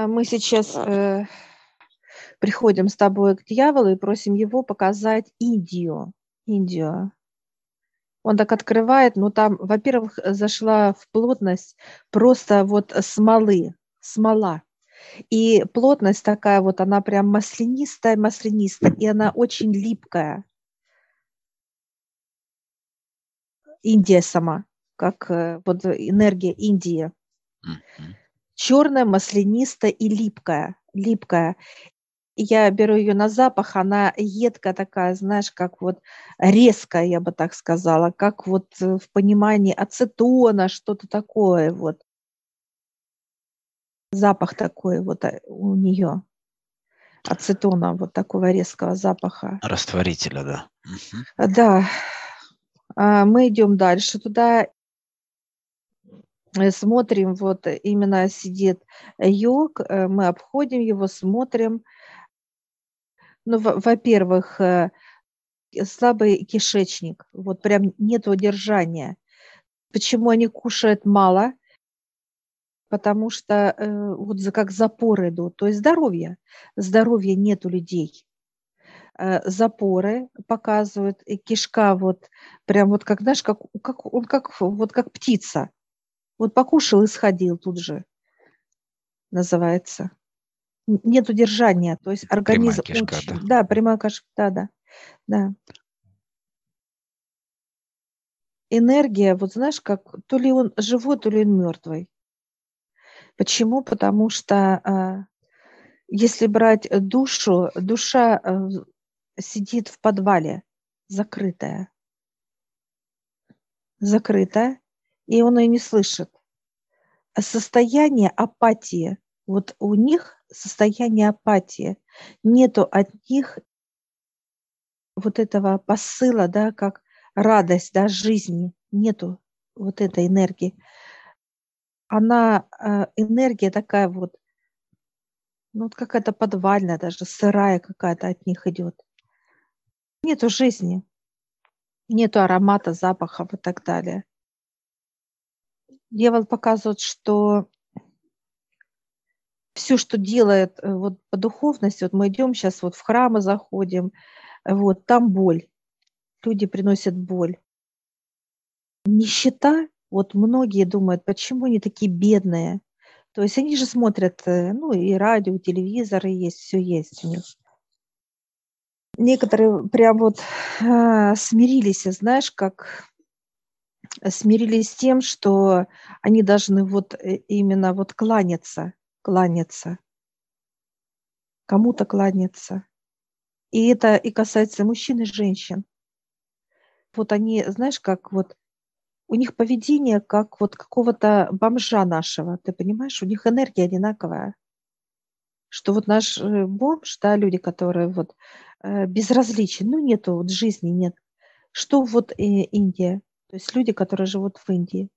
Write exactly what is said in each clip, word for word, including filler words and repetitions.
Мы сейчас э, приходим с тобой к дьяволу и просим его показать Индию. Индию. Он так открывает, но там, во-первых, э, зашла в плотность просто вот смолы, смола. И плотность такая вот, она прям маслянистая, маслянистая, и она очень липкая. Индия сама, как э, вот энергия Индии. Мгм. Черная, маслянистая и липкая. Липкая. Я беру ее на запах, она едкая такая, знаешь, как вот резкая, я бы так сказала, как вот э, в понимании ацетона, что-то такое вот. Запах такой вот э, у нее, ацетона, вот такого резкого запаха. Растворителя, да. Мгм. А, Да, а, мы идем дальше туда, э, смотрим, вот э, именно сидит йог, э, мы обходим его, смотрим. Ну, во- во-первых, э, слабый кишечник, вот прям нет удержания. Почему они кушают мало? Потому что, э, вот за как запоры идут, то есть здоровья. Здоровья нет у людей. Э, запоры показывают, и кишка вот прям вот как, знаешь, как как он как вот как птица. Вот покушал и сходил тут же, называется. Н нет удержания, то есть Прямая организм кишка, да. очень да, прямая каш да-да, да. Энергия, вот знаешь, как то ли он живой, то ли он мертвый. Почему? Потому что, а если брать, э, душу, душа, э, в сидит в подвале, закрытая, закрытая, и он ее не слышит. А состояние апатии, вот у них состояние апатии. Нету от них вот этого посыла, да, как радость, да, жизни. Нету вот этой энергии. Она, э, энергия такая вот, ну, вот какая-то подвальная даже, сырая какая-то от них идет. Нету жизни. Нету аромата, запахов и так далее. Дьявол показывает, что все, что делает, э, вот по духовности, вот мы идем сейчас вот в храмы заходим, вот там боль, люди приносят боль. Нищета, вот многие думают, почему они такие бедные. То есть они же смотрят, э, ну, и радио, и телевизоры есть, все есть у них. Некоторые прям вот, а, смирились, знаешь, как смирились с тем, что они должны вот, э, именно вот кланяться, кланяться, кому-то кланяться. И это и касается мужчин и женщин. Вот они, знаешь, как вот у них поведение как вот какого-то бомжа нашего, ты понимаешь? У них энергия одинаковая. Что вот наш, э, бомж, да, люди, которые вот, э, безразличен, ну, нету вот жизни, нет. Что вот, э, Индия, то есть люди, которые живут в Индии.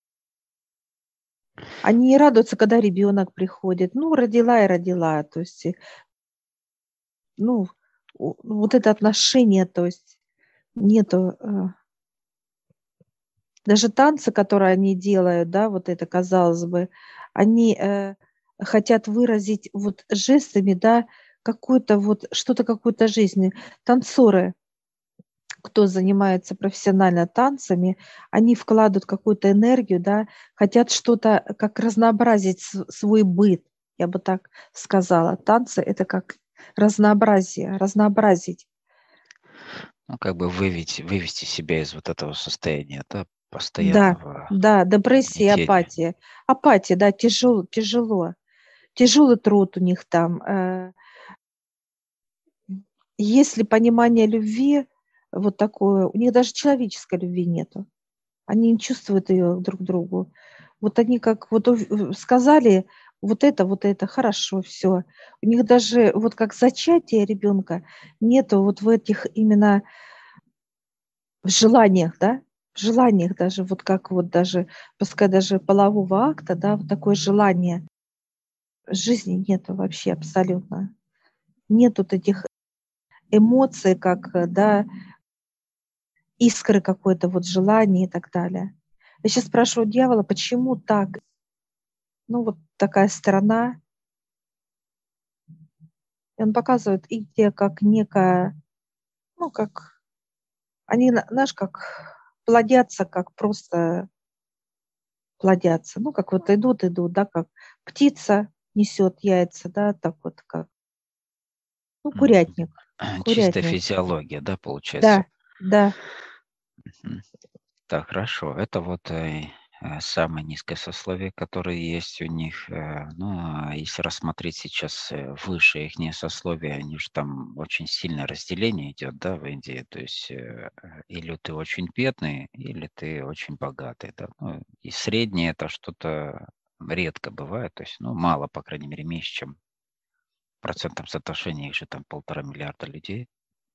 Они не радуются, когда ребенок приходит. Ну, родила и родила. То есть, э, ну, у вот это отношение, то есть нету, э даже танцы, которые они делают, да, вот это, казалось бы, они, э, хотят выразить вот жестами, да, какую-то вот что-то, какую-то жизнь. Танцоры, кто занимается профессионально танцами, они вкладывают какую-то энергию, да, хотят что-то, э, как разнообразить св свой быт, я бы так сказала. Танцы — это как разнообразие, разнообразить. Ну, как бы вывести, вывести себя из вот этого состояния, да, Да, постоянного да, депрессия и угнетения. апатия. Апатия, да, тяжело тяжело. Тяжелый труд у них там. Э, есть ли понимание любви вот такое? У них даже человеческой любви нету. Они не чувствуют ее друг к другу. Вот они как вот ув в сказали: "Вот это, вот это, хорошо, все". У них даже вот как зачатие ребенка нету вот в этих именно в желаниях, да, в желаниях даже, вот как вот даже, пускай даже полового акта, да, вот такое желание. Жизни нету вообще абсолютно. Нет вот этих эмоций, как, э, да, искры какой-то, вот желания и так далее. Я сейчас спрашиваю дьявола, почему так? Ну, вот такая страна. И он показывает их где как некая, ну, как они, на- знаешь, как плодятся, как просто плодятся. Ну, как вот идут, идут, да, как птица несет яйца, да, так вот как, ну, М, курятник, Чистая курятник. физиология, да, получается. Да, да. Мгм. Так, хорошо. Это вот э, э, самое низкое сословие, которое есть у них. э, Ну, а если рассмотреть сейчас э, выше их сословия, они же там очень сильное разделение идет, да, в Индии. То есть э, э, или ты очень бедный, или ты очень богатый, да. Ну, и среднее это что-то редко бывает, то есть, ну, мало, по крайней мере, меньше, чем в процентном соотношении, их же там полтора миллиарда людей.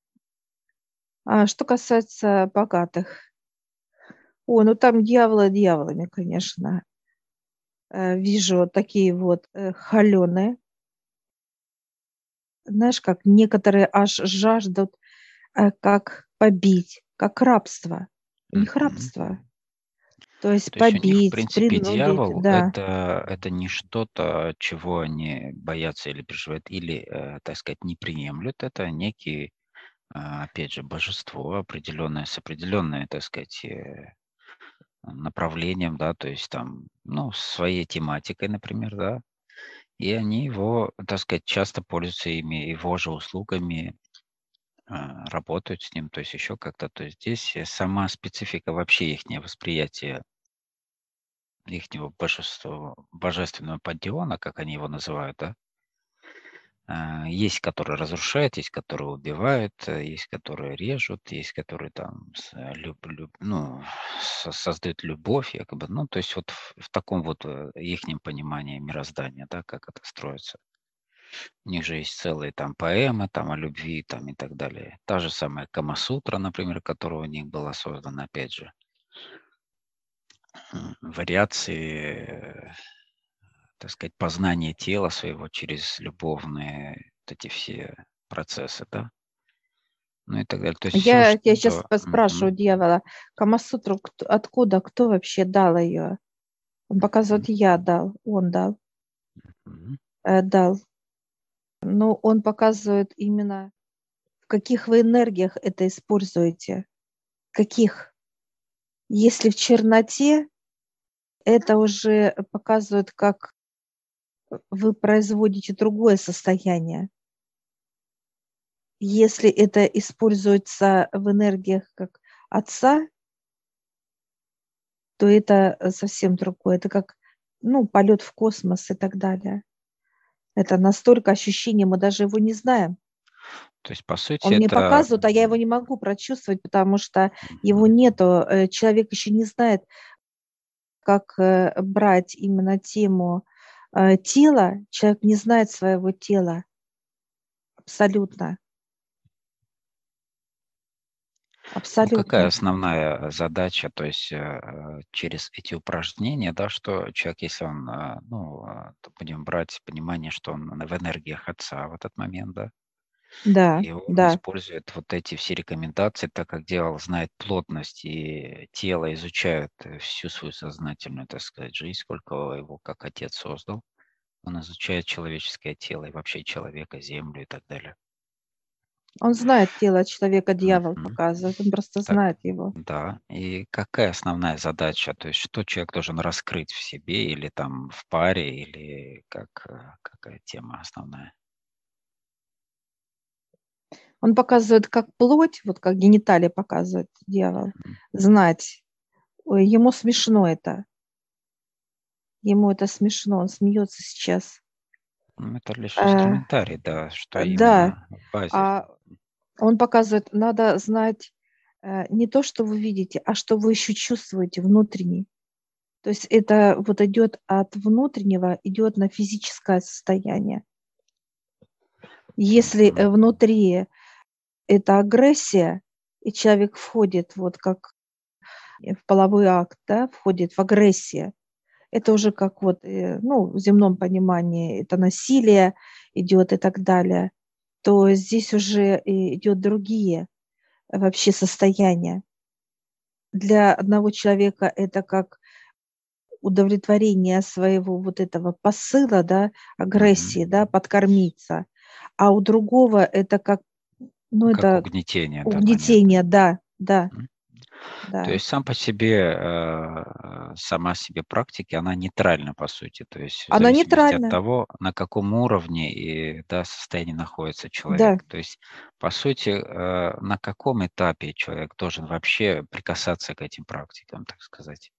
А что касается богатых, о, ну там дьяволы дьяволами, конечно. Э, Вижу такие вот э, холеные, знаешь, как некоторые аж жаждут, э, как побить, как рабство. У них Мгм. рабство. То есть То есть у них, в побить, принципе, принудить, дьявол да. это, это не что-то, чего они боятся или переживают, или, э, так сказать, не приемлют. Это некий, а, опять же, божество определенное, с определенной, так сказать, э, направлением, да, то есть там, ну, своей тематикой, например, да, и они его, так сказать, часто пользуются ими, его же услугами, а, работают с ним, то есть еще как-то. То есть здесь э, сама специфика вообще их восприятия ихнего божества, божественного пантеона, как они его называют, да. А, есть, которые разрушают, есть, которые убивают, э, есть, которые режут, есть, которые там с э, люб люб ну, со создают любовь якобы. Ну, то есть вот в в таком вот, э, ихнем понимании мироздания, да, как это строится. У них же есть целые там поэмы там о любви там и так далее. Та же самая Камасутра, например, которая у них была создана, опять же, м, вариации, э так сказать, познание тела своего через любовные вот эти все процессы, да, ну и так далее. То есть все, Я тебя сейчас что поспрашиваю мгм, дьявола, Камасутру кто- откуда, кто вообще дал ее? Он мгм, показывает, я дал, он дал, мгм. э, дал. Но он показывает именно, в каких вы энергиях это используете. Каких? Если в черноте, это уже показывает, как вы производите другое состояние. Если это используется в энергиях как отца, то это э, совсем другое. Это как, ну, полет в космос и так далее. Это настолько ощущение, мы даже его не знаем. То есть, по сути, Он мне это показывает, а я его не могу прочувствовать, потому что его мгм. нету. Э, Человек еще не знает, как э, брать именно тему э, тела. Человек не знает своего тела абсолютно. Ну, какая Абсолютно. основная задача, то есть, э, э, через эти упражнения, да, что человек, если он, а, ну, а, то будем брать понимание, что он в энергиях отца в этот момент, да. Да, И он да. использует вот эти все рекомендации, так как дьявол знает плотность и тело, изучает э, всю свою сознательную, так сказать, жизнь, сколько его как отец создал. Он изучает человеческое тело и вообще человека, землю и так далее. Он знает тело человека, дьявол Мгм. показывает, он просто Так, знает его. да. И какая основная задача? То есть что человек должен раскрыть в себе или там в паре, или как, э, какая тема основная? Он показывает как плоть, вот как гениталии показывает дьявол, Мгм. знать. Ой, ему смешно это. Ему это смешно, он смеется сейчас. Ну, это лишь Э, инструментарий, да, что да, именно в базе. а он показывает, надо знать э, не то, что вы видите, а что вы еще чувствуете внутренне. То есть это вот идет от внутреннего, идет на физическое состояние. Если Мгм. э, внутри это агрессия, и человек входит вот как э, в половой акт, да, входит в агрессию, это уже как вот, э, ну, в земном понимании это насилие идет и так далее, то здесь уже и идет другие э, вообще состояния. Для одного человека это как удовлетворение своего вот этого посыла, да, Мгм. агрессии, да, подкормиться. а у другого это как, ну, Как это угнетение, да, понятно. угнетение, да, да, Мгм. То да. есть сам по себе, э, сама себе практики, она нейтральна, по сути. То есть в Она зависимости от нейтральна, того, на каком уровне и, да, состоянии находится да. человек. То есть, по сути, э, на каком этапе человек должен вообще прикасаться к этим практикам, так сказать?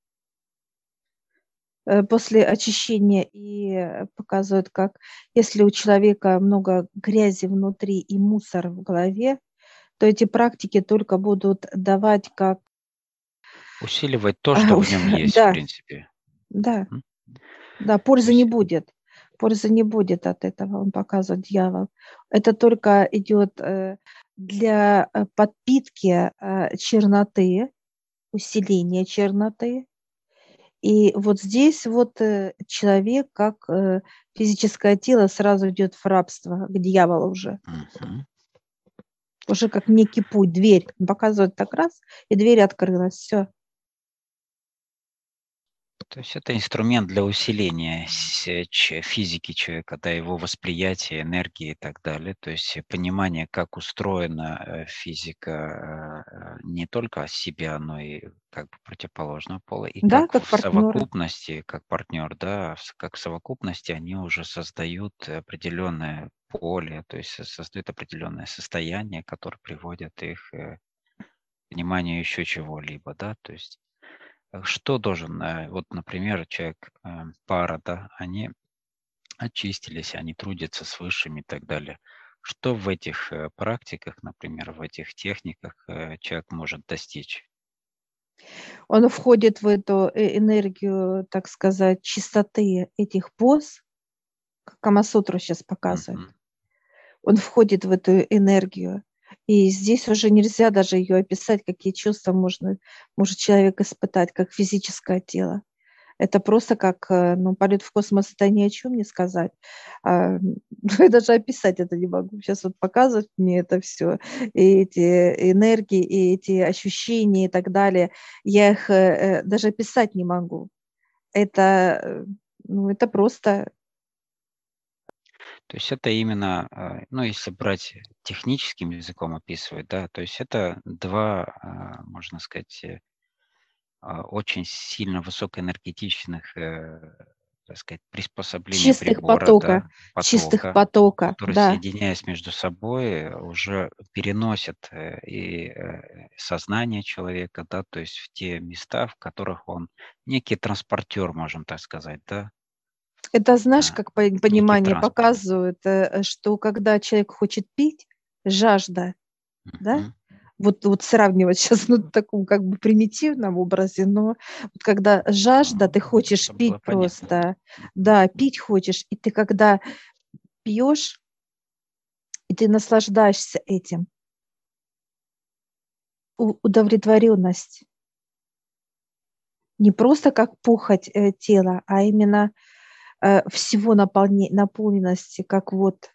Э, после очищения и э, показывают, как если у человека много грязи внутри и мусор в голове, то эти практики только будут давать как Усиливать то, а, что в ус нем есть, в да, принципе. да, М? да, То пользы не есть будет. Пользы не будет от этого, он показывает, дьявол. Это только идет, э, для, э, подпитки, э, черноты, усиления черноты. И вот здесь вот, э, человек, как, э, физическое тело, сразу идет в рабство к дьяволу уже. мгм. Уже как некий путь, дверь. Он показывает так раз, и дверь открылась. Все. То есть это инструмент для усиления с- ч- физики человека, да, его восприятия, энергии и так далее. То есть понимание, как устроена э, физика э, э, не только себя, но и как бы противоположного пола, и Да, как как в партнеры. совокупности, как партнер, да, в с- как в совокупности они уже создают определенное поле, то есть со- создают определенное состояние, которое приводит их э, к пониманию еще чего-либо, да, то есть Э, что должен, э, вот, например, человек, э, пара, да, они очистились, они трудятся с высшими и так далее. Что в этих э, практиках, например, в этих техниках э, человек может достичь? Он входит в эту э энергию, так сказать, чистоты этих поз, как Камасутру сейчас показывает. Мгм. Он входит в эту энергию. И здесь уже нельзя даже ее описать, какие чувства можно может человек испытать, как физическое тело. Это просто как, э, ну, полет в космос — это ни о чем не сказать. А, я даже описать это не могу. Сейчас вот показывать мне это все, и эти энергии, и эти ощущения и так далее. Я их, э, э, даже описать не могу. Это, э, ну, это просто То есть это именно, э, ну, если брать техническим языком описывать, да, то есть это два, а, можно сказать, э, а, очень сильно высокоэнергетичных, э, так сказать, приспособления чистых прибора, потока, да, чистых потока, потока, которые, да. соединяясь между собой, э, уже переносят э, и э, сознание человека, да, то есть в те места, в которых он некий транспортер, можем так сказать, да, Это, знаешь, а, как по некий понимание транспорт. показывают, э, что когда человек хочет пить, жажда, да, Мгм. вот вот сравнивать сейчас, ну, в таком как бы примитивном образе, но вот когда жажда, Ну, ты хочешь чтобы было пить понятно. просто, Мгм. да, пить хочешь, и ты когда пьешь, и ты наслаждаешься этим, у удовлетворенность. Не просто как похоть, э, тела, а именно, э, всего наполне наполненности, как вот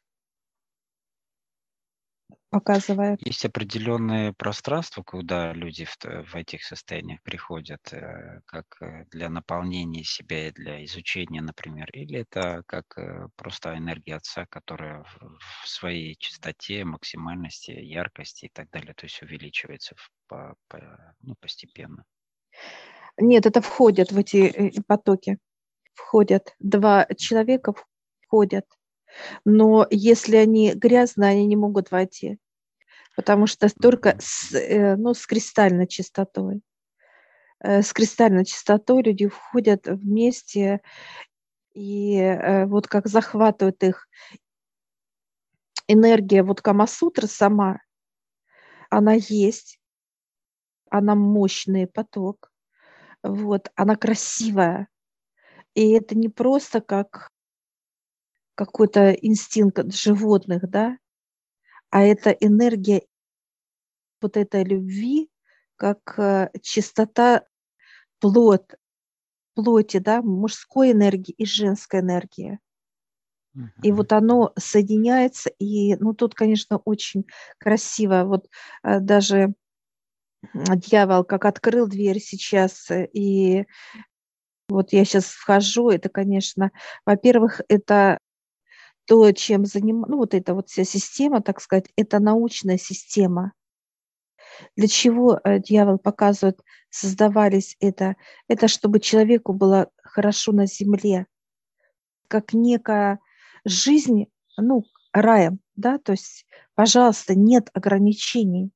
показывает. Есть определенные пространства, куда люди в, т- в этих состояниях приходят, э, как э, для наполнения себя и для изучения, например, или это как э, просто энергия Отца, которая в, в своей чистоте, максимальности, яркости и так далее, то есть увеличивается в- по- по- ну, постепенно. Нет, это входят в эти, э, потоки. Входят. два человека входят, но если они грязные, они не могут войти, потому что только Мгм. с, э, ну, с кристальной чистотой. Э, с кристальной чистотой люди входят вместе, и, э, вот как захватывает их энергия, вот Камасутра сама, она есть, она мощный поток, вот, она красивая. И это не просто как какой-то инстинкт от животных, да, а это энергия вот этой любви, как, э, чистота плот плоти, да, мужской энергии и женской энергии. И Мгм. вот оно соединяется, и, ну, тут, конечно, очень красиво. Вот, э, даже, м, дьявол как открыл дверь сейчас, э, и вот я сейчас вхожу, это, конечно, во-первых, это то, чем занимается, ну, вот эта вот вся система, так сказать, это научная система. Для чего э, дьявол показывает, создавались это? Это чтобы человеку было хорошо на земле, как некая жизнь, ну, раем, да, то есть, пожалуйста, нет ограничений,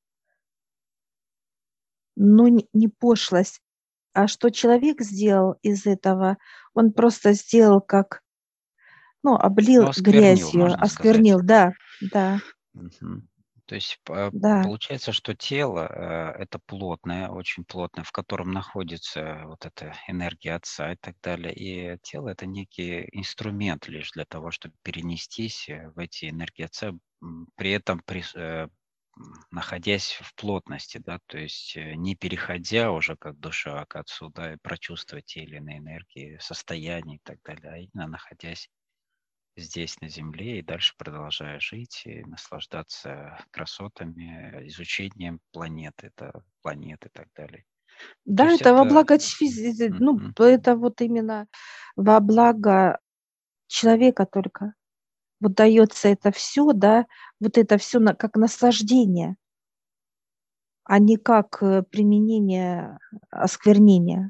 но не, не пошлость. А что человек сделал из этого? Он просто сделал как, ну, Ну, облил осквернил, грязью, можно сказать. осквернил, да, да, Мгм. То есть по- да. получается, что тело э, это плотное, очень плотное, в котором находится вот эта энергия Отца и так далее. И тело это некий инструмент лишь для того, чтобы перенестись э, в эти энергии Отца, м, при этом прис- э, м, находясь в плотности, да, то есть э, не переходя уже как душа к Отцу, да, и прочувствовать те или иные энергии, состояния и так далее, а именно находясь здесь, на Земле, и дальше продолжая жить и наслаждаться красотами, изучением планеты, это, планет и так далее. То Да, есть это во это... благо, физи- ну, Мгм. это вот именно во благо человека только. Вот дается это все, да, вот это все как наслаждение, а не как э, применение осквернения.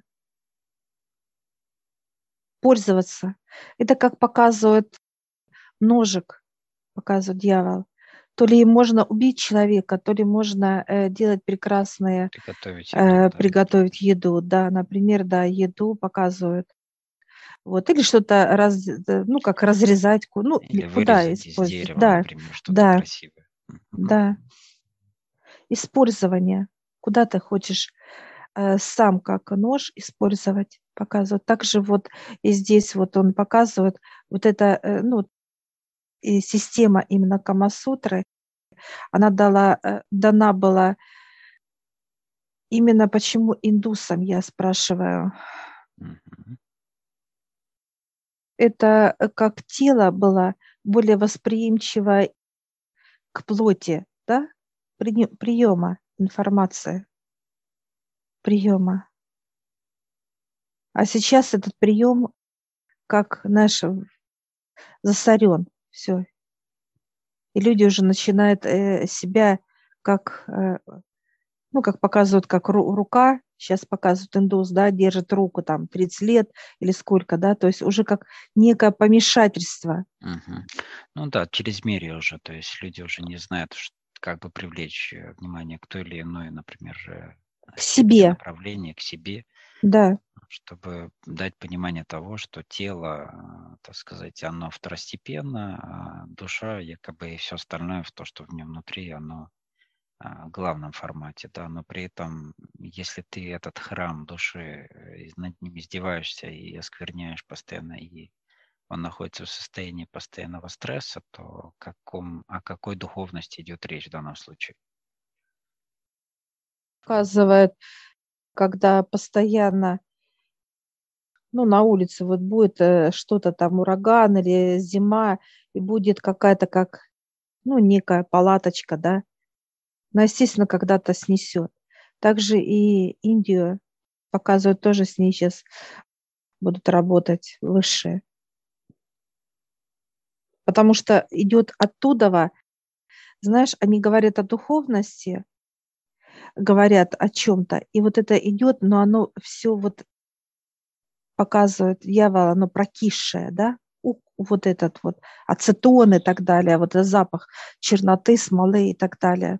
Пользоваться. Это как показывает ножик, показывает дьявол. То ли можно убить человека, то ли можно э, делать прекрасные, Приготовить еду, э, да. приготовить еду. Да, например, да, еду показывают. Вот, или что-то, раз, э, ну, как разрезать, ку- ну, или Или куда вырезать из использовать. дерева, Да, например, что-то да, красивое. Мгм. да. Использование. Куда ты хочешь э, сам как нож использовать, показывать. Также вот и здесь вот он показывает вот это, э, ну, и система именно Камасутры, она дала, э, дана была именно почему индусам, я спрашиваю. Мгм. Это э, как тело было более восприимчиво к плоти, да, приема информации, приема. А сейчас этот прием, как наш, засорен, все. И люди уже начинают э, себя как, э, ну, как показывают, как ру- рука, сейчас показывают индус, да, держит руку там тридцать лет или сколько, да, то есть уже как некое помешательство Мгм. Ну да, чрезмерие уже, то есть люди уже не знают, ш- как бы привлечь э, внимание к той или иной, например, э, к степени себе, направления, к себе, да. чтобы дать понимание того, что тело, а, так сказать, оно второстепенно, а душа, якобы и все остальное, в то, что в нем внутри, оно а, в главном формате, да, но при этом, если ты этот храм души, э, и над ним издеваешься и оскверняешь постоянно, и он находится в состоянии постоянного стресса, то каком, о какой духовности идет речь в данном случае? Показывает, когда постоянно, ну, на улице вот будет э, что-то там, ураган или зима, и будет какая-то как, ну, некая палаточка, да, но, естественно, когда-то снесет. Также и Индию показывают, тоже с ней сейчас будут работать высшие. Потому что идет оттуда, знаешь, они говорят о духовности, говорят о чем-то, и вот это идет, но оно все вот показывает дьявол, оно прокисшее, да, У- вот этот вот ацетон и так далее, вот этот запах черноты, смолы и так далее.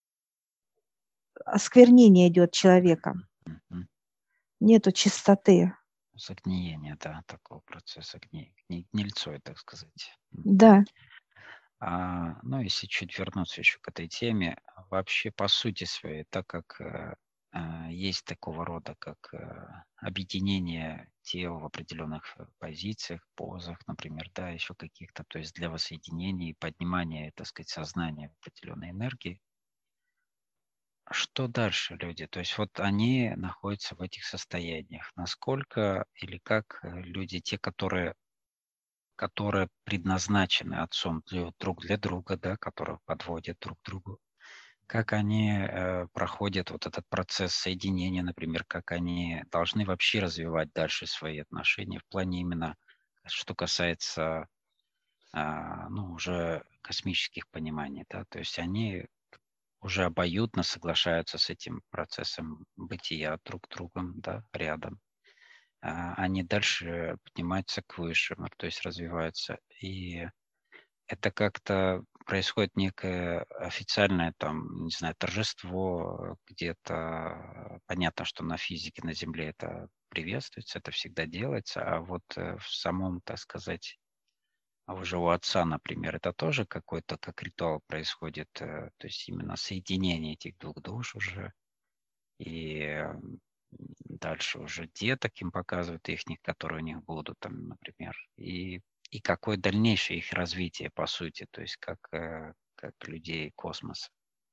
Осквернение идет человеком, Мгм. нету чистоты. Загниение, да, такого процесса гни- гни- гнильцой, так сказать. Да, А, ну, если чуть вернуться еще к этой теме, вообще по сути своей, так как э, а, есть такого рода, как э, объединение тел в определенных э, позициях, позах, например, да, еще каких-то, то есть для воссоединения и поднимания, так сказать, сознания в определенной энергии. Что дальше люди? То есть вот они находятся в этих состояниях. Насколько или как э, люди, те, которые которые предназначены отцом для, друг для друга, да, которые подводят друг к другу, как они э, проходят вот этот процесс соединения, например, как они должны вообще развивать дальше свои отношения в плане именно, что касается а, ну, уже космических пониманий, да, то есть они уже обоюдно соглашаются с этим процессом бытия друг другом, да, рядом. А, они дальше поднимаются к высшему, то есть развиваются. И это как-то происходит некое официальное там, не знаю, торжество где-то. Понятно, что на физике, на Земле это приветствуется, это всегда делается, а вот э, в самом, так сказать, а уже у отца, например, это тоже какой-то как ритуал происходит, э, то есть именно соединение этих двух душ уже. И э, дальше уже деток им показывают их, которые у них будут, там, например. И, и какое дальнейшее их развитие, по сути, то есть как, э, как людей космоса.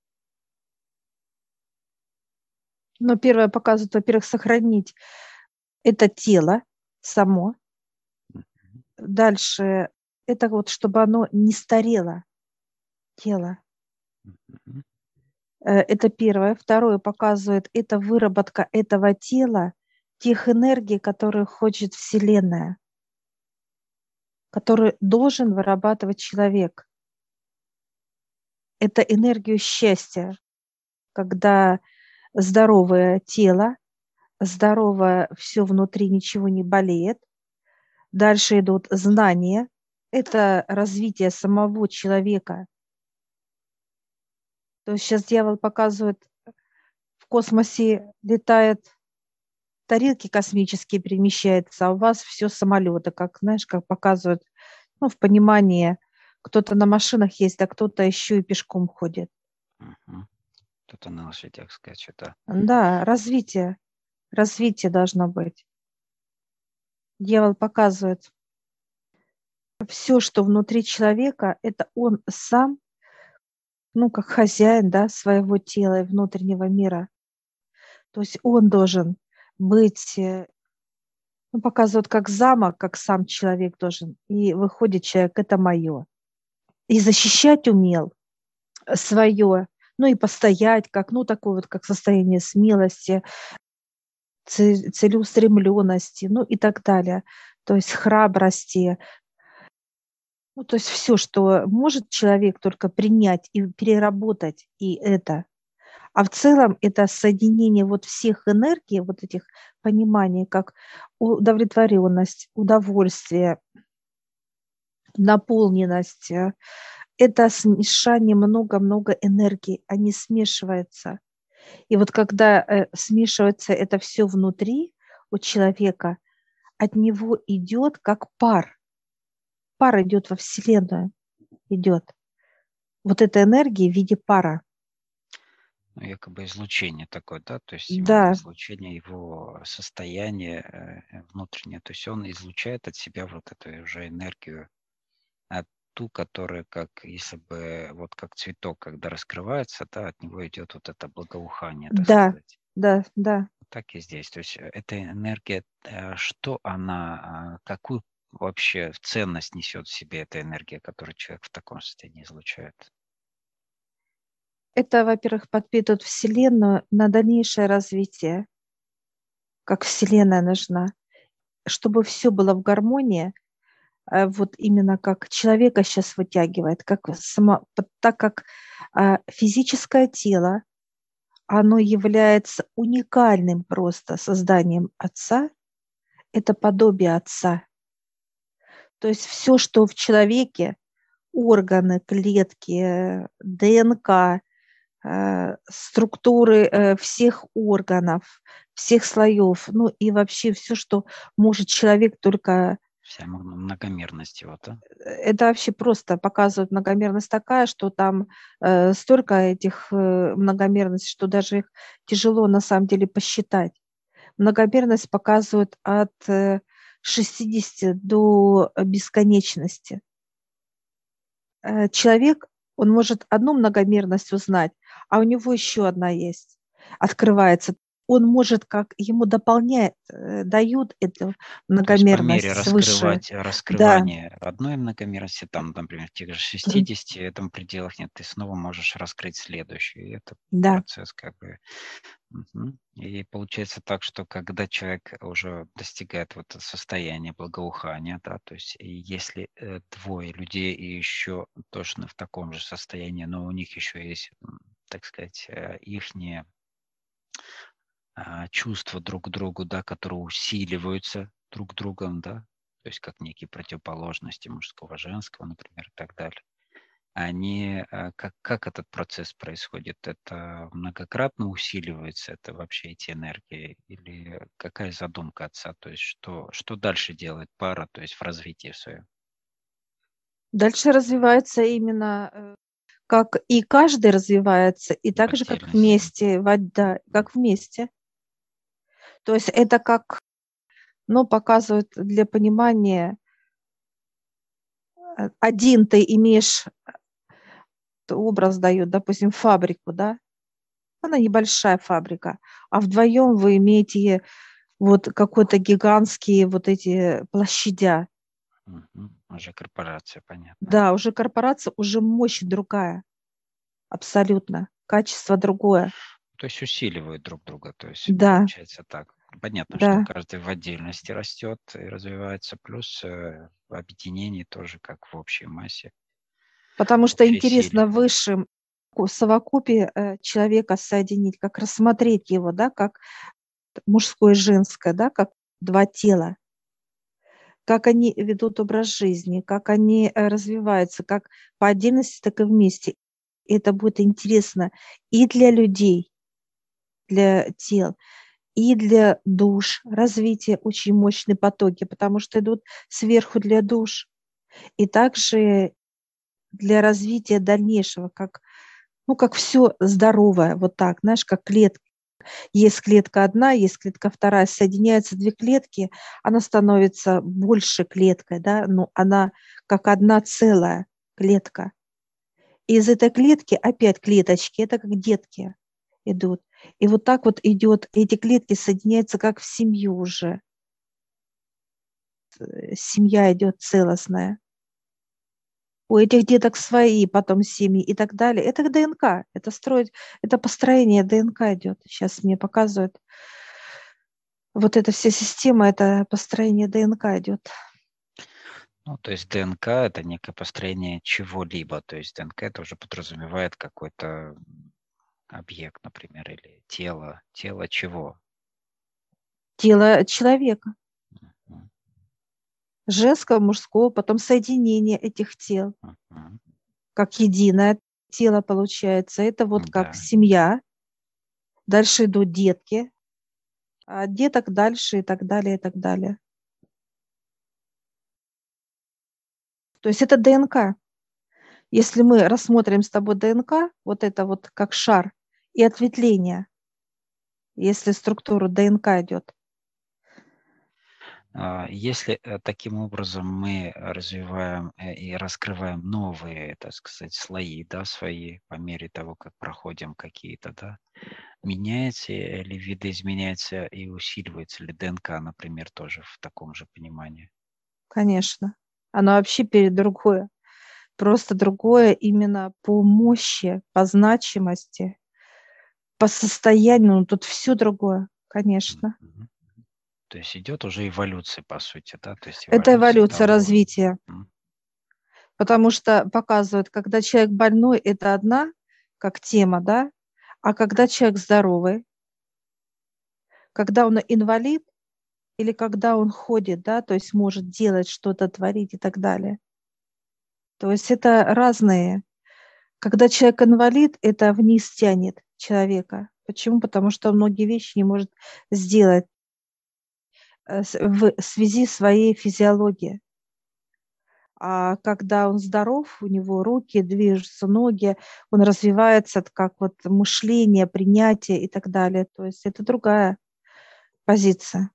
Но первое показывает, во-первых, сохранить это тело само. Мгм. Дальше это вот, чтобы оно не старело, тело. Мгм. Э, Это первое. Второе показывает, это выработка этого тела, тех энергий, которые хочет Вселенная, которые должен вырабатывать человек. Это энергию счастья, когда здоровое тело, здоровое все внутри, ничего не болеет. Дальше идут знания. Это развитие самого человека. То есть сейчас дьявол показывает, в космосе летает, тарелки космические перемещаются, а у вас все самолеты, как, знаешь, как показывают, ну, в понимании, кто-то на машинах есть, а кто-то еще и пешком ходит. Мгм. Кто-то на лошадях скачет, да. Да, развитие, развитие должно быть. Дьявол показывает, все, что внутри человека, это он сам, ну, как хозяин, да, своего тела и внутреннего мира. То есть он должен быть, э, ну, показывают как замок, как сам человек должен. И выходит человек, это мое. И защищать умел свое, ну и постоять, как, ну, такое вот, как состояние смелости, це- целеустремленности, ну и так далее. То есть храбрости. Ну, то есть все, что может человек только принять и переработать, и это. А в целом это соединение вот всех энергий, вот этих пониманий, как удовлетворенность, удовольствие, наполненность, э, это смешание много-много энергий, они смешиваются. И вот когда э, смешивается это все внутри у человека, от него идет как пар. Пар идет во Вселенную, идет. Вот эта энергия в виде пара. Ну, якобы излучение такое, да, то есть именно Да, излучение его состояния э, внутреннее, то есть он излучает от себя вот эту уже энергию, а ту, которая как если бы вот как цветок, когда раскрывается, да, от него идет вот это благоухание, так да, сказать. да, да. Так и здесь. То есть э, эта энергия, э, что она, а, какую вообще ценность несет в себе эта энергия, которую человек в таком состоянии излучает? Это, во-первых, подпитывает Вселенную на дальнейшее развитие, как Вселенная нужна, чтобы все было в гармонии, э, вот именно как человека сейчас вытягивает, как само, п- так как а, физическое тело, оно является уникальным просто созданием Отца, это подобие Отца. То есть все, что в человеке, органы, клетки, э, ДНК, э, структуры э, всех органов, всех слоев, ну и вообще все, что может человек только. Вся мно- многомерность его, да? э, Это вообще просто показывает многомерность такая, что там э, столько этих э, многомерностей, что даже их тяжело на самом деле посчитать. Многомерность показывает от э, шестидесяти до бесконечности. Э, человек, он может одну многомерность узнать, а у него еще одна есть, открывается. он может, как ему дополняет, э, дают эту То есть по мере многомерность свыше. раскрывать, Да, раскрывания одной многомерности, там, например, в тех же шестидесяти этом пределах нет, ты снова можешь раскрыть следующую. И это да. процесс как бы. Мгм. И получается так, что когда человек уже достигает вот состояния благоухания, да, то есть и если э, двое людей и еще точно в таком же состоянии, но у них еще есть, м, так сказать, их чувства друг к другу, да, которые усиливаются друг другом, да, то есть как некие противоположности мужского, женского, например, и так далее. Они, э, как, как этот процесс происходит? Это многократно усиливается, это вообще эти энергии? Или какая задумка отца? То есть что, что дальше делает пара, то есть в развитии своем? Дальше развивается именно, э, как и каждый развивается, и В так же, как отдельности. вместе, в од да, как вместе. То есть это как, ну, показывают для понимания, э, один ты имеешь, т образ дают, допустим, фабрику, да, она небольшая фабрика, а вдвоем вы имеете вот какой-то гигантские вот эти площадя. Мгм. Уже корпорация, понятно. Да, уже корпорация, уже мощь другая, абсолютно, качество другое. То есть усиливают друг друга, то есть Да, получается так. Понятно, что да, каждый в отдельности растет и развивается, плюс э, в объединении тоже, как в общей массе, потому в что общей силе. интересно высшим ку совокупе, э, человека соединить, как рассмотреть его, да, как мужское и женское, да, как два тела, как они ведут образ жизни, как они, э, развиваются, как по отдельности, так и вместе. И это будет интересно и для людей, для тел, и для душ. Развитие очень мощные потоки, потому что идут сверху для душ. И также для развития дальнейшего, как, ну, как все здоровое, вот так, знаешь, как клетка. Есть клетка одна, есть клетка вторая, соединяются две клетки, она становится больше клеткой, да, но она как одна целая клетка. И из этой клетки опять клеточки, это как детки идут. И вот так вот идет, эти клетки соединяются как в семью уже. Э, семья идет целостная. У этих деток свои потом семьи и так далее. Это ДНК, это строить, это построение ДНК идет. Сейчас мне показывают. Вот эта вся система, это построение ДНК идет. Ну, то есть ДНК– это некое построение чего-либо, то есть ДНК это уже подразумевает какой-то объект, например, или тело. Тело чего? Тело человека, Мгм. женского, мужского, потом соединение этих тел, Мгм. как единое тело получается. Это вот как Да. семья, дальше идут детки, а от деток дальше и так далее, и так далее. То есть это ДНК. Если мы рассмотрим с тобой ДНК, вот это вот как шар и ответвление, если структура ДНК идет. А, Если э, таким образом мы развиваем э, и раскрываем новые, так сказать, слои, да, свои по мере того, как проходим какие-то, да, меняется ли видоизменяется и усиливается ли ДНК, например, тоже в таком же понимании? Конечно. Оно вообще перед другое. Просто другое именно по мощи, по значимости, по состоянию. Ну, тут все другое, конечно. Мгм. То есть идет уже эволюция, по сути, да, то есть Это эволюция эволюция того. развития. Мгм. Потому что показывают, когда человек больной, это одна как тема, да, а когда человек здоровый, когда он инвалид или когда он ходит, да, то есть может делать что-то, творить и так далее. То есть это разные. Когда человек инвалид, это вниз тянет человека. Почему? Потому что он многие вещи не может сделать э, с- в связи своей физиологии. А когда он здоров, у него руки движутся, ноги, он развивается, т- как вот мышление, принятие и так далее. То есть это другая позиция.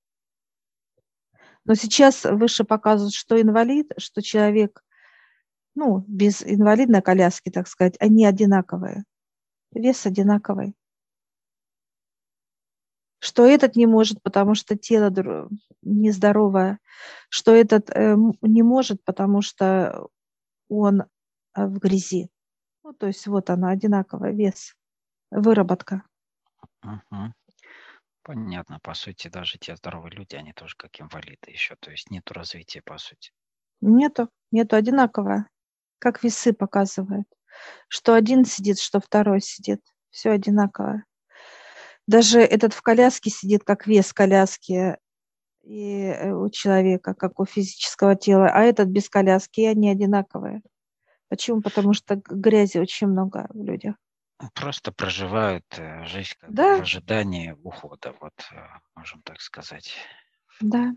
Но сейчас выше показывают, что инвалид, что человек, ну, без инвалидной коляски, так сказать, они одинаковые. Вес одинаковый. что этот не может, потому что тело дру- нездоровое, что этот э, м- не может, потому что он э, в грязи. Ну, то есть вот она, одинаковый вес, выработка. Мгм. Понятно. По сути, даже те здоровые люди, они тоже как инвалиды еще. То есть нету развития, по сути. Нету, нету одинаковое, как весы показывают. Что один сидит, что второй сидит. Все одинаковое. Даже этот в коляске сидит, как вес коляски и э, у человека, как у физического тела, а этот без коляски, и они одинаковые. Почему? Потому что г- грязи очень много в людях. Ну, просто проживают э, жизнь как бы в Да, ожидании ухода, вот, э, можем так сказать. да.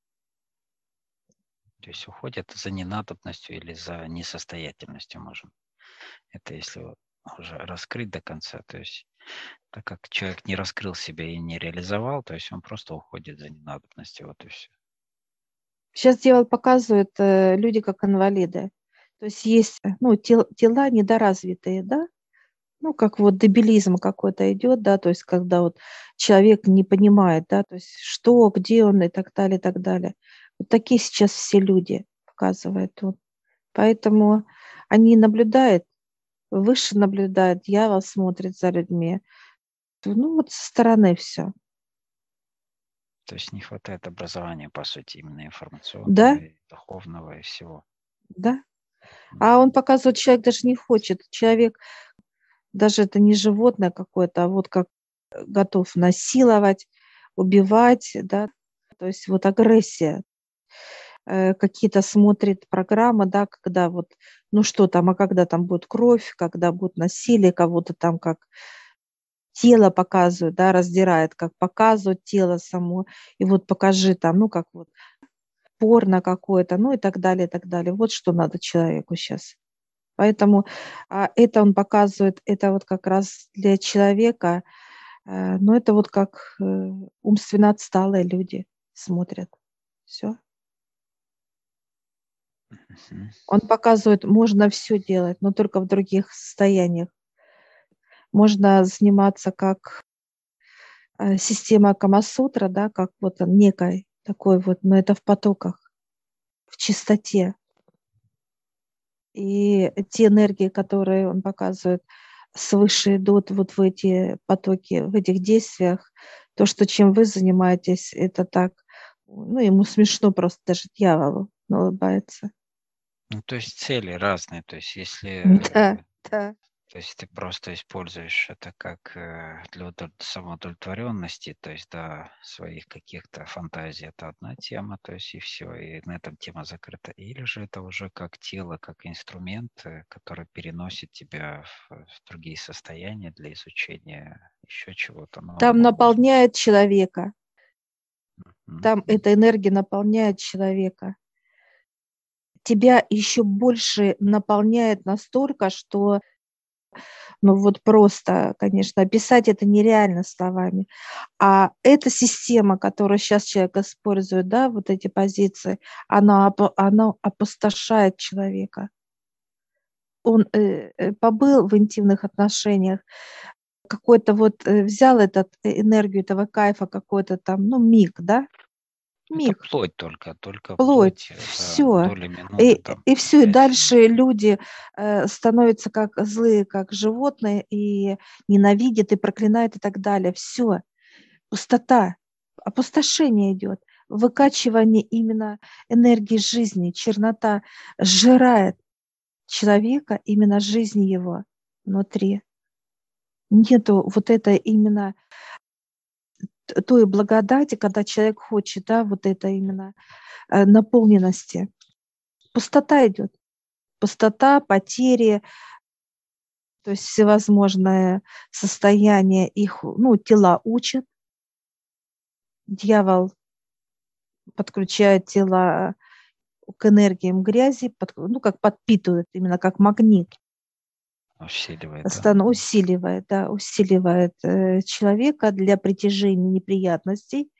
То есть уходят за ненадобностью или за несостоятельностью, можем. Это если вот уже раскрыть до конца. То есть так как человек не раскрыл себя и не реализовал, то есть он просто уходит за ненадобностью, вот и все. Сейчас дьявол показывает э, люди как инвалиды. То есть есть э, ну, тел- тела недоразвитые, да, ну, как вот дебилизм какой-то идет, да, то есть когда вот человек не понимает, да, то есть что, где он и так далее, и так далее. Вот такие сейчас все люди, показывает он. Поэтому они наблюдают, выше наблюдают, дьявол смотрит за людьми. Ну, вот со стороны все. То есть не хватает образования, по сути, именно информационного Да, и духовного и всего. да. М. А он показывает, человек даже не хочет. Человек, даже это не животное какое-то, а вот как э, готов насиловать, убивать, да, то есть вот агрессия. Э, какие-то смотрит программы, да, когда вот, ну что там, а когда там будет кровь, когда будет насилие, кого-то там как тело показывают, да, раздирает, как показывают тело само, и вот покажи там, ну как вот порно какое-то, ну и так далее, и так далее. Вот что надо человеку сейчас. Поэтому а, это он показывает, это вот как раз для человека, э, ну это вот как э, умственно отсталые люди смотрят. Все. Мгм. Он показывает, можно все делать, но только в других состояниях. Можно заниматься как э, система Камасутра, да, как вот он, некой такой вот, но это в потоках, в чистоте. И те энергии, которые он показывает, свыше идут вот в эти потоки, в этих действиях. То, что чем вы занимаетесь, это так, ну, ему смешно просто даже дьяволу, он улыбается. Ну, то есть цели разные. То есть если Да, э, да. то есть ты просто используешь это как э, для удов- самоудовлетворенности, то есть да, своих каких-то фантазий, это одна тема, то есть и все, и на этом тема закрыта. Или же это уже как тело, как инструмент, э, который переносит тебя в, в другие состояния для изучения еще чего-то Там нового, может. наполняет человека, М. там эта энергия наполняет человека. Тебя еще больше наполняет настолько, что, ну вот просто, конечно, описать это нереально словами. А эта система, которую сейчас человек использует, да, вот эти позиции, она, опо- она опустошает человека. Он э, э, побыл в интимных отношениях, какой-то вот э, взял этот э, энергию этого кайфа, какой-то там, ну, миг, да, Это миг, плоть только, только плоть, плоть, э, да, все. доли минуты, И, там и все, и пять семь. дальше люди э, становятся как злые, как животные, и ненавидят, и проклинают, и так далее. Все, пустота, опустошение идет, выкачивание именно энергии жизни, чернота сжирает человека, именно жизнь его внутри. Нету вот это именно т- той благодати, когда человек хочет, да, вот это именно э, наполненности. Пустота идет. Пустота, потери, то есть всевозможные состояния их, ну, тела учат. Дьявол подключает тела к энергиям грязи, под, ну, как подпитывает, именно как магнит, Усиливает, да? стан- усиливает, да, усиливает э, человека для притяжения неприятностей,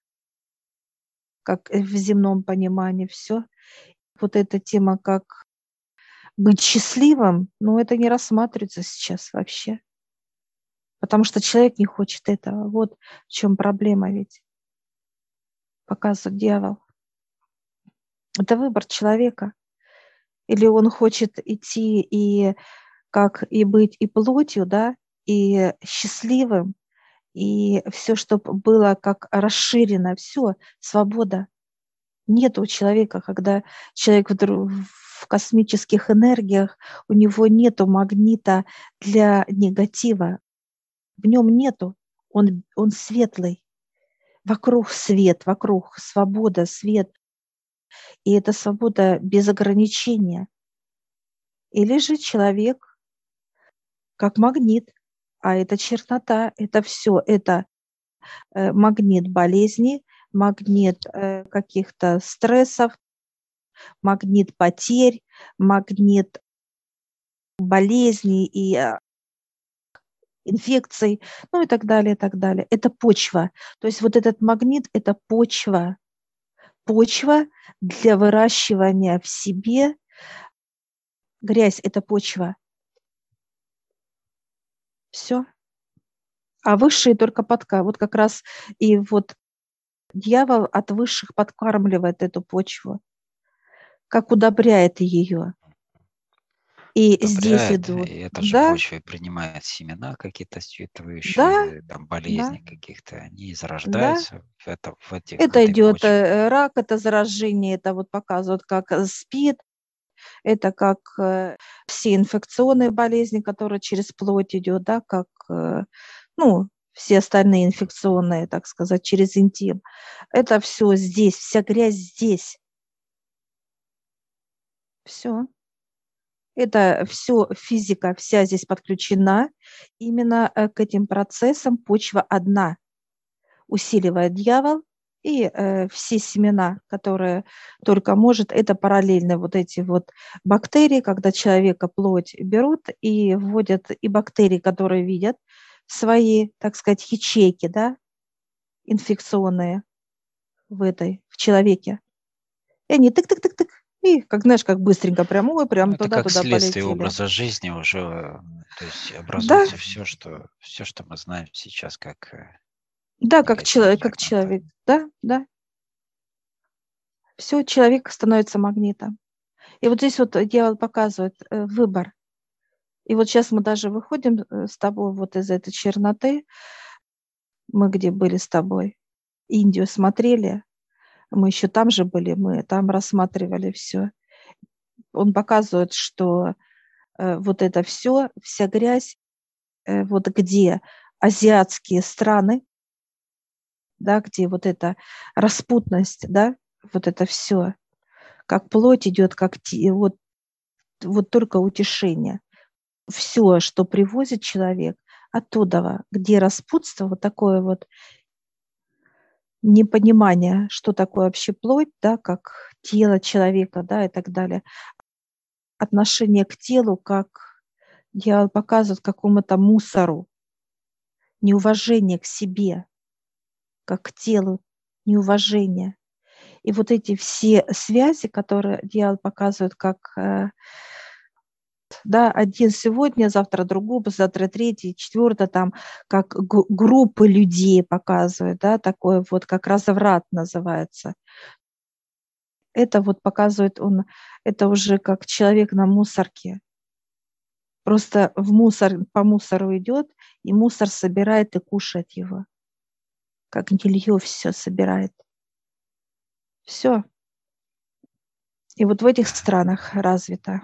как в земном понимании все. Вот эта тема, как быть счастливым, ну, это не рассматривается сейчас вообще. потому что человек не хочет этого. Вот в чем проблема ведь, показывает дьявол. Это выбор человека. Или он хочет идти и как и быть и плотью, да, и счастливым, и все, чтобы было как расширено, все, свобода. Нет у человека, когда человек вдруг в космических энергиях, у него нету магнита для негатива, в нем нету, он, он светлый, вокруг свет, вокруг свобода, свет, и это свобода без ограничения. Или же человек как магнит, а это чернота, это все, это э, магнит болезни, магнит э, каких-то стрессов, магнит потерь, магнит болезней и э, инфекций, ну и так далее, и так далее. Это почва. То есть вот этот магнит – это почва. Почва для выращивания в себе. Грязь – это почва. Все. А высшие только подка. Вот как раз и вот дьявол от высших подкармливает эту почву, как удобряет ее. И здесь Удобряет, идут, и эта же да, почва принимает семена какие-то да, считывающие, там, да, болезни каких-то, они да. зарождаются в, это, в, этих, в Это этой идет почве. э, рак, это заражение, это вот показывают, как э, СПИД, это как э, все инфекционные болезни, которые через плоть идет, да, как, э, ну, все остальные инфекционные, так сказать, через интим. Это все здесь, вся грязь здесь. Все. Это все физика, вся здесь подключена именно э, к этим процессам. Почва одна усиливает дьявол, и э, все семена, которые только может, это параллельно вот эти вот бактерии, когда человека плоть берут и вводят и бактерии, которые видят свои, так сказать, ячейки, да, инфекционные в этой, в человеке. И они тык-тык-тык-тык, и, как знаешь, как быстренько прям, ой, Ну, прям это как туда-туда следствие полетели. образа жизни уже, э, то есть Да, образуется все, что, все, что мы знаем сейчас как э, да, как человек, негативное как в нам-то. человек, да, да. Все, человек становится магнитом. И вот здесь вот дьявол показывает э, выбор. И вот сейчас мы даже выходим э, с тобой вот из этой черноты, мы где были с тобой, Индию смотрели, мы еще там же были, мы там рассматривали все. Он показывает, что э, вот это все, вся грязь, э, вот где азиатские страны, да, где вот эта распутность, да, вот это все, как плоть идет, как ти- вот, вот только утешение. Все, что привозит человек, оттуда, где распутство, вот такое вот непонимание, что такое вообще плоть, да, как тело человека, да, и так далее. Отношение к телу, как дьявол показывает какому-то мусору, неуважение к себе, как к телу, неуважение. И вот эти все связи, которые дьявол показывает, как э, да, один сегодня, завтра другого, завтра третий, четвертый, там, как г- группы людей показывают, да, такое вот, как разврат называется. Это вот показывает он, это уже как человек на мусорке. Просто в мусор, по мусору идет, и мусор собирает и кушает его. Как гнилье все собирает. Все. И вот в этих странах развито.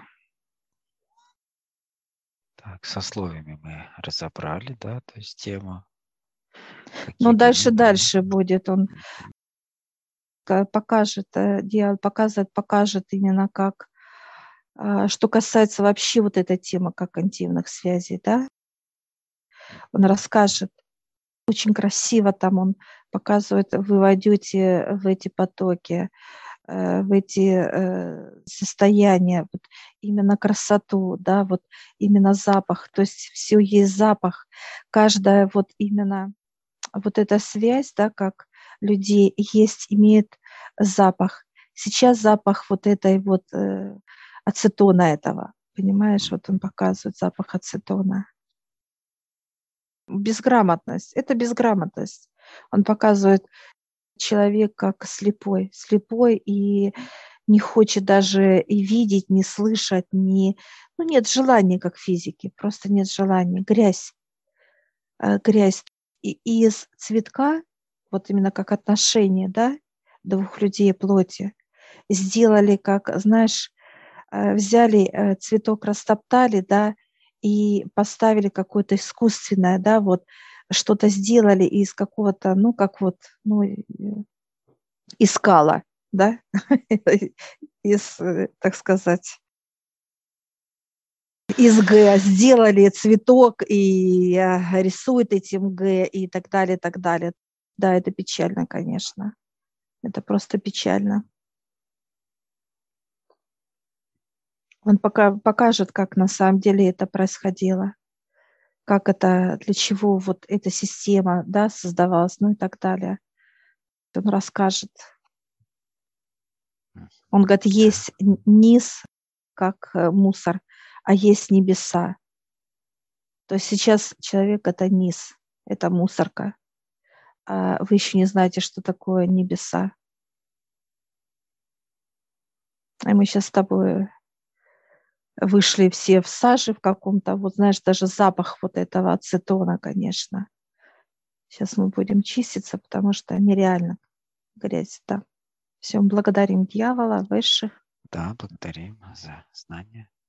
Так, со словами мы разобрали, да, то есть тему, Но какие дальше, гнили. дальше будет он ка- покажет, э, дьявол показывает, покажет именно как, а, что касается вообще вот этой темы, как интимных связей, да, он расскажет. Очень красиво там он показывает, вы войдете в эти потоки, э, в эти э, состояния, вот именно красоту, да, вот именно запах, то есть все есть запах, каждая вот именно вот эта связь, да, как людей есть, имеет запах. Сейчас запах вот этой вот э, ацетона этого, понимаешь, вот он показывает запах ацетона. Безграмотность. Это безграмотность. Он показывает человек как слепой. Слепой и не хочет даже и видеть, не слышать, не... Ну, нет желания, как в физике. Просто нет желания. Грязь. Э, грязь. И из цветка, вот именно как отношение, да, двух людей плоти, сделали, как, знаешь, э, взяли э, цветок, растоптали, да, и поставили какое-то искусственное, да, вот что-то сделали из какого-то, ну, как вот, ну, э, из скала, да, из, э, так сказать, из Г сделали цветок и э, рисуют этим Г и так далее, так далее. Да, это печально, конечно. Это просто печально. Он пока покажет, как на самом деле это происходило, как это, для чего вот эта система, да, создавалась, ну и так далее. Он расскажет. Он говорит, есть н- низ, как э, мусор, а есть небеса. То есть сейчас человек – это низ, это мусорка. А вы еще не знаете, что такое небеса. И мы сейчас с тобой вышли все в саже в каком-то, вот знаешь, даже запах вот этого ацетона, конечно. Сейчас мы будем чиститься, потому что нереально грязь, да. Все, благодарим дьявола, высших. Да, благодарим за знание.